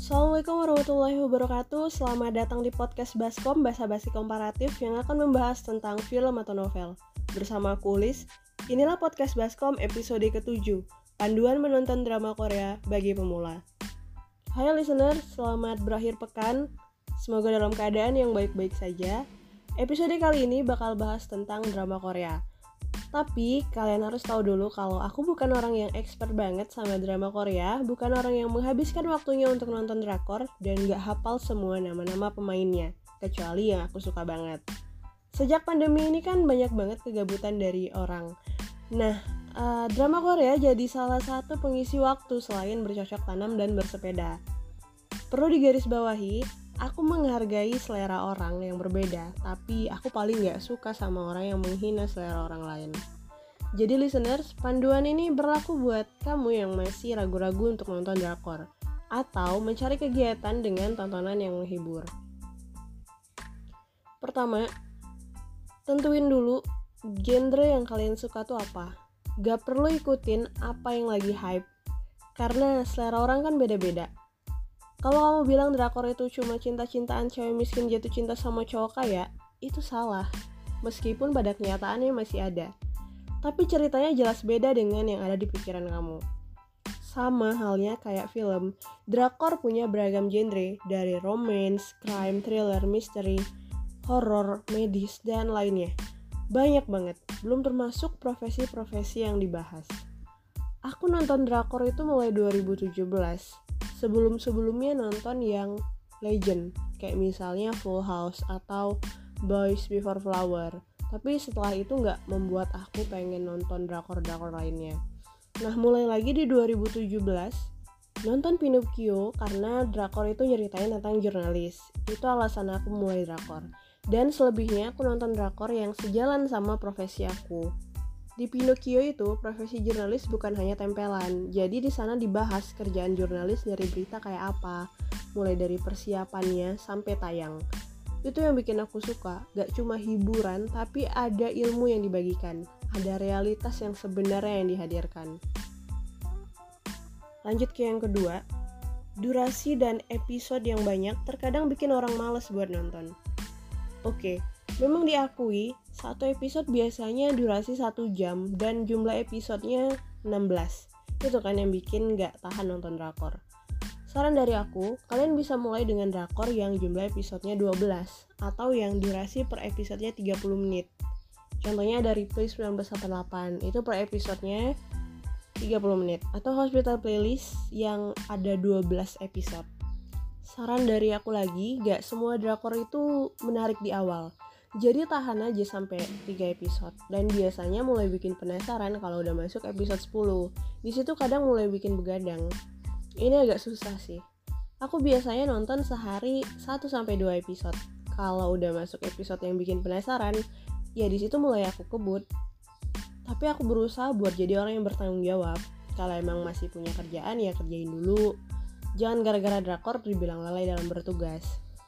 Assalamualaikum warahmatullahi wabarakatuh. Selamat datang di podcast Baskom, Basa-basi Komparatif yang akan membahas tentang film atau novel. Bersama aku Ulis, inilah podcast Baskom episode ke-7, Panduan Menonton Drama Korea bagi Pemula. Hai listener, selamat berakhir pekan. Semoga dalam keadaan yang baik-baik saja. Episode kali ini bakal bahas tentang drama Korea. Tapi kalian harus tahu dulu kalau aku bukan orang yang expert banget sama drama Korea, bukan orang yang menghabiskan waktunya untuk nonton drakor dan gak hafal semua nama-nama pemainnya, kecuali yang aku suka banget. Sejak pandemi ini kan banyak banget kegabutan dari orang. Nah, drama Korea jadi salah satu pengisi waktu selain bercocok tanam dan bersepeda. Perlu digarisbawahi, aku menghargai selera orang yang berbeda, tapi aku paling gak suka sama orang yang menghina selera orang lain. Jadi listeners, panduan ini berlaku buat kamu yang masih ragu-ragu untuk nonton drakor atau mencari kegiatan dengan tontonan yang menghibur. Pertama, tentuin dulu genre yang kalian suka tuh apa. Gak perlu ikutin apa yang lagi hype, karena selera orang kan beda-beda. Kalau kamu bilang drakor itu cuma cinta-cintaan cewek miskin jatuh cinta sama cowok kaya, itu salah. Meskipun pada kenyataannya masih ada. Tapi ceritanya jelas beda dengan yang ada di pikiran kamu. Sama halnya kayak film, drakor punya beragam genre, dari romance, crime, thriller, misteri, horror, medis, dan lainnya. Banyak banget, belum termasuk profesi-profesi yang dibahas. Aku nonton drakor itu mulai 2017. Sebelum-sebelumnya nonton yang legend, kayak misalnya Full House atau Boys Before Flower. Tapi setelah itu gak membuat aku pengen nonton drakor-drakor lainnya. Nah, mulai lagi di 2017, nonton Pinocchio karena drakor itu nyeritain tentang jurnalis. Itu alasan aku mulai drakor. Dan selebihnya aku nonton drakor yang sejalan sama profesi aku. Di Pinocchio itu, profesi jurnalis bukan hanya tempelan. Jadi di sana dibahas kerjaan jurnalis dari berita kayak apa, mulai dari persiapannya sampai tayang. Itu yang bikin aku suka, gak cuma hiburan, tapi ada ilmu yang dibagikan. Ada realitas yang sebenarnya yang dihadirkan. Lanjut ke yang kedua, durasi dan episode yang banyak terkadang bikin orang malas buat nonton. Oke, memang diakui, satu episode biasanya durasi 1 jam dan jumlah episodenya 16. Itu kan yang bikin gak tahan nonton drakor. Saran dari aku, kalian bisa mulai dengan drakor yang jumlah episodenya 12 atau yang durasi per episodenya 30 menit. Contohnya dari Replay 1988, itu per episodenya 30 menit. Atau Hospital Playlist yang ada 12 episode. Saran dari aku lagi, gak semua drakor itu menarik di awal. Jadi tahan aja sampai 3 episode. Dan biasanya mulai bikin penasaran kalau udah masuk episode 10. Di situ kadang mulai bikin begadang. Ini agak susah sih. Aku biasanya nonton sehari 1-2 episode. Kalau udah masuk episode yang bikin penasaran, ya di situ mulai aku kebut. Tapi aku berusaha buat jadi orang yang bertanggung jawab. Kalau emang masih punya kerjaan, ya kerjain dulu. Jangan gara-gara drakor dibilang lalai dalam bertugas.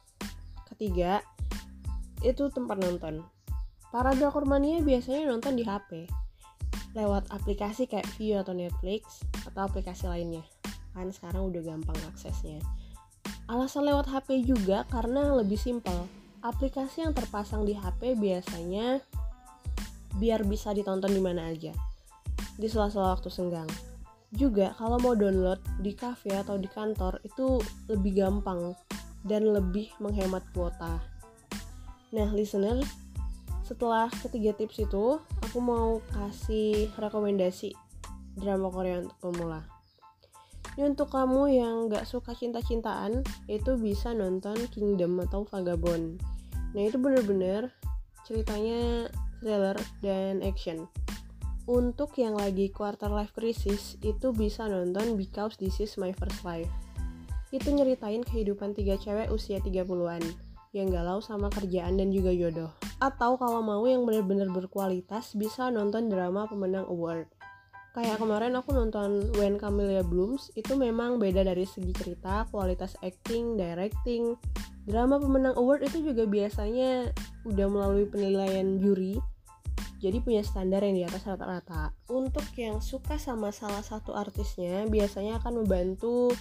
Ketiga, itu tempat nonton. Para drakor mania biasanya nonton di HP lewat aplikasi kayak Viu atau Netflix atau aplikasi lainnya. Kan sekarang udah gampang aksesnya. Alasan lewat HP juga karena lebih simpel. Aplikasi yang terpasang di HP biasanya biar bisa ditonton di mana aja, di sela-sela waktu senggang. Juga kalau mau download di cafe atau di kantor itu lebih gampang dan lebih menghemat kuota. Nah listener, setelah ketiga tips itu, aku mau kasih rekomendasi drama Korea untuk pemula. Ini untuk kamu yang gak suka cinta-cintaan, itu bisa nonton Kingdom atau Vagabond. Nah itu bener-bener ceritanya thriller dan action. Untuk yang lagi quarter life crisis, itu bisa nonton Because This Is My First Life. Itu nyeritain kehidupan 3 cewek usia 30-an yang galau sama kerjaan dan juga jodoh. Atau kalau mau yang benar-benar berkualitas, bisa nonton drama pemenang award. Kayak kemarin aku nonton When Camellia Blooms, itu memang beda dari segi cerita, kualitas acting, directing. Drama pemenang award itu juga biasanya udah melalui penilaian juri, jadi punya standar yang di atas rata-rata. Untuk yang suka sama salah satu artisnya, biasanya akan membantu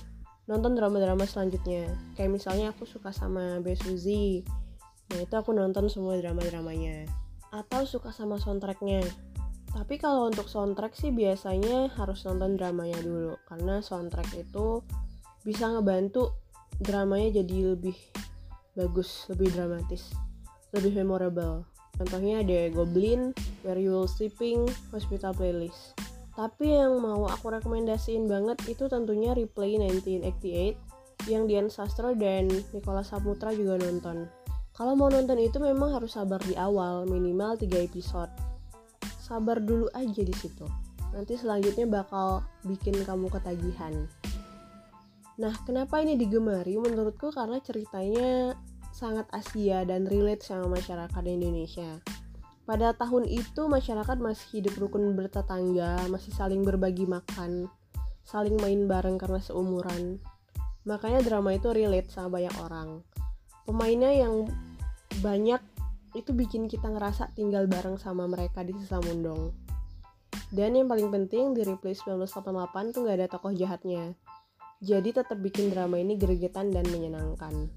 nonton drama-drama selanjutnya. Kayak misalnya aku suka sama Bae Suzy, nah itu aku nonton semua drama-dramanya. Atau suka sama soundtracknya. Tapi kalau untuk soundtrack sih biasanya harus nonton dramanya dulu, karena soundtrack itu bisa ngebantu dramanya jadi lebih bagus, lebih dramatis, lebih memorable. Contohnya ada Goblin, Where You Will Sleeping, Hospital Playlist. Tapi yang mau aku rekomendasiin banget itu tentunya Replay 1988 yang Dian Sastro dan Nicholas Saputra juga nonton. Kalau mau nonton itu memang harus sabar di awal, minimal 3 episode. Sabar dulu aja di situ. Nanti selanjutnya bakal bikin kamu ketagihan. Nah, kenapa ini digemari? Menurutku karena ceritanya sangat Asia dan relate sama masyarakat Indonesia. Pada tahun itu masyarakat masih hidup rukun bertetangga, masih saling berbagi makan, saling main bareng karena seumuran. Makanya drama itu relate sama banyak orang. Pemainnya yang banyak itu bikin kita ngerasa tinggal bareng sama mereka di Sesamundong. Dan yang paling penting di Replay 1988 tuh gak ada tokoh jahatnya. Jadi tetap bikin drama ini gregetan dan menyenangkan.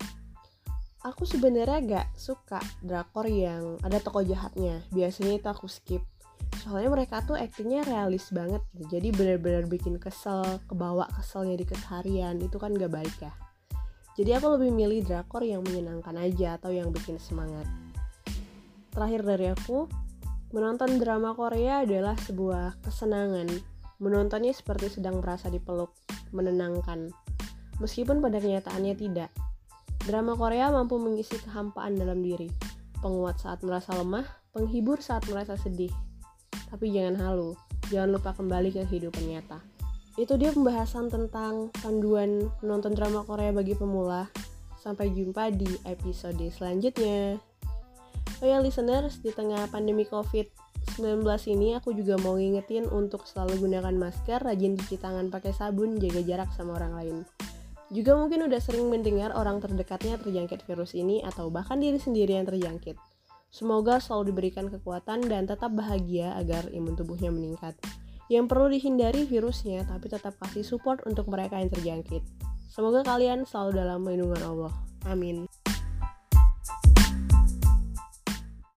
Aku sebenarnya gak suka drakor yang ada tokoh jahatnya. Biasanya itu aku skip. Soalnya mereka tuh aktingnya realis banget gitu. Jadi benar-benar bikin kesel, kebawa keselnya di keseharian. Itu kan gak baik ya. Jadi aku lebih milih drakor yang menyenangkan aja atau yang bikin semangat. Terakhir dari aku, menonton drama Korea adalah sebuah kesenangan. Menontonnya seperti sedang merasa dipeluk, menenangkan. Meskipun pada kenyataannya tidak. Drama Korea mampu mengisi kehampaan dalam diri, penguat saat merasa lemah, penghibur saat merasa sedih. Tapi jangan halu, jangan lupa kembali ke kehidupan nyata. Itu dia pembahasan tentang panduan menonton drama Korea bagi pemula. Sampai jumpa di episode selanjutnya. Oh ya listeners, di tengah pandemi COVID-19 ini aku juga mau ngingetin untuk selalu gunakan masker, rajin cuci tangan pakai sabun, jaga jarak sama orang lain. Juga mungkin udah sering mendengar orang terdekatnya terjangkit virus ini atau bahkan diri sendiri yang terjangkit. Semoga selalu diberikan kekuatan dan tetap bahagia agar imun tubuhnya meningkat. Yang perlu dihindari virusnya, tapi tetap kasih support untuk mereka yang terjangkit. Semoga kalian selalu dalam lindungan Allah. Amin.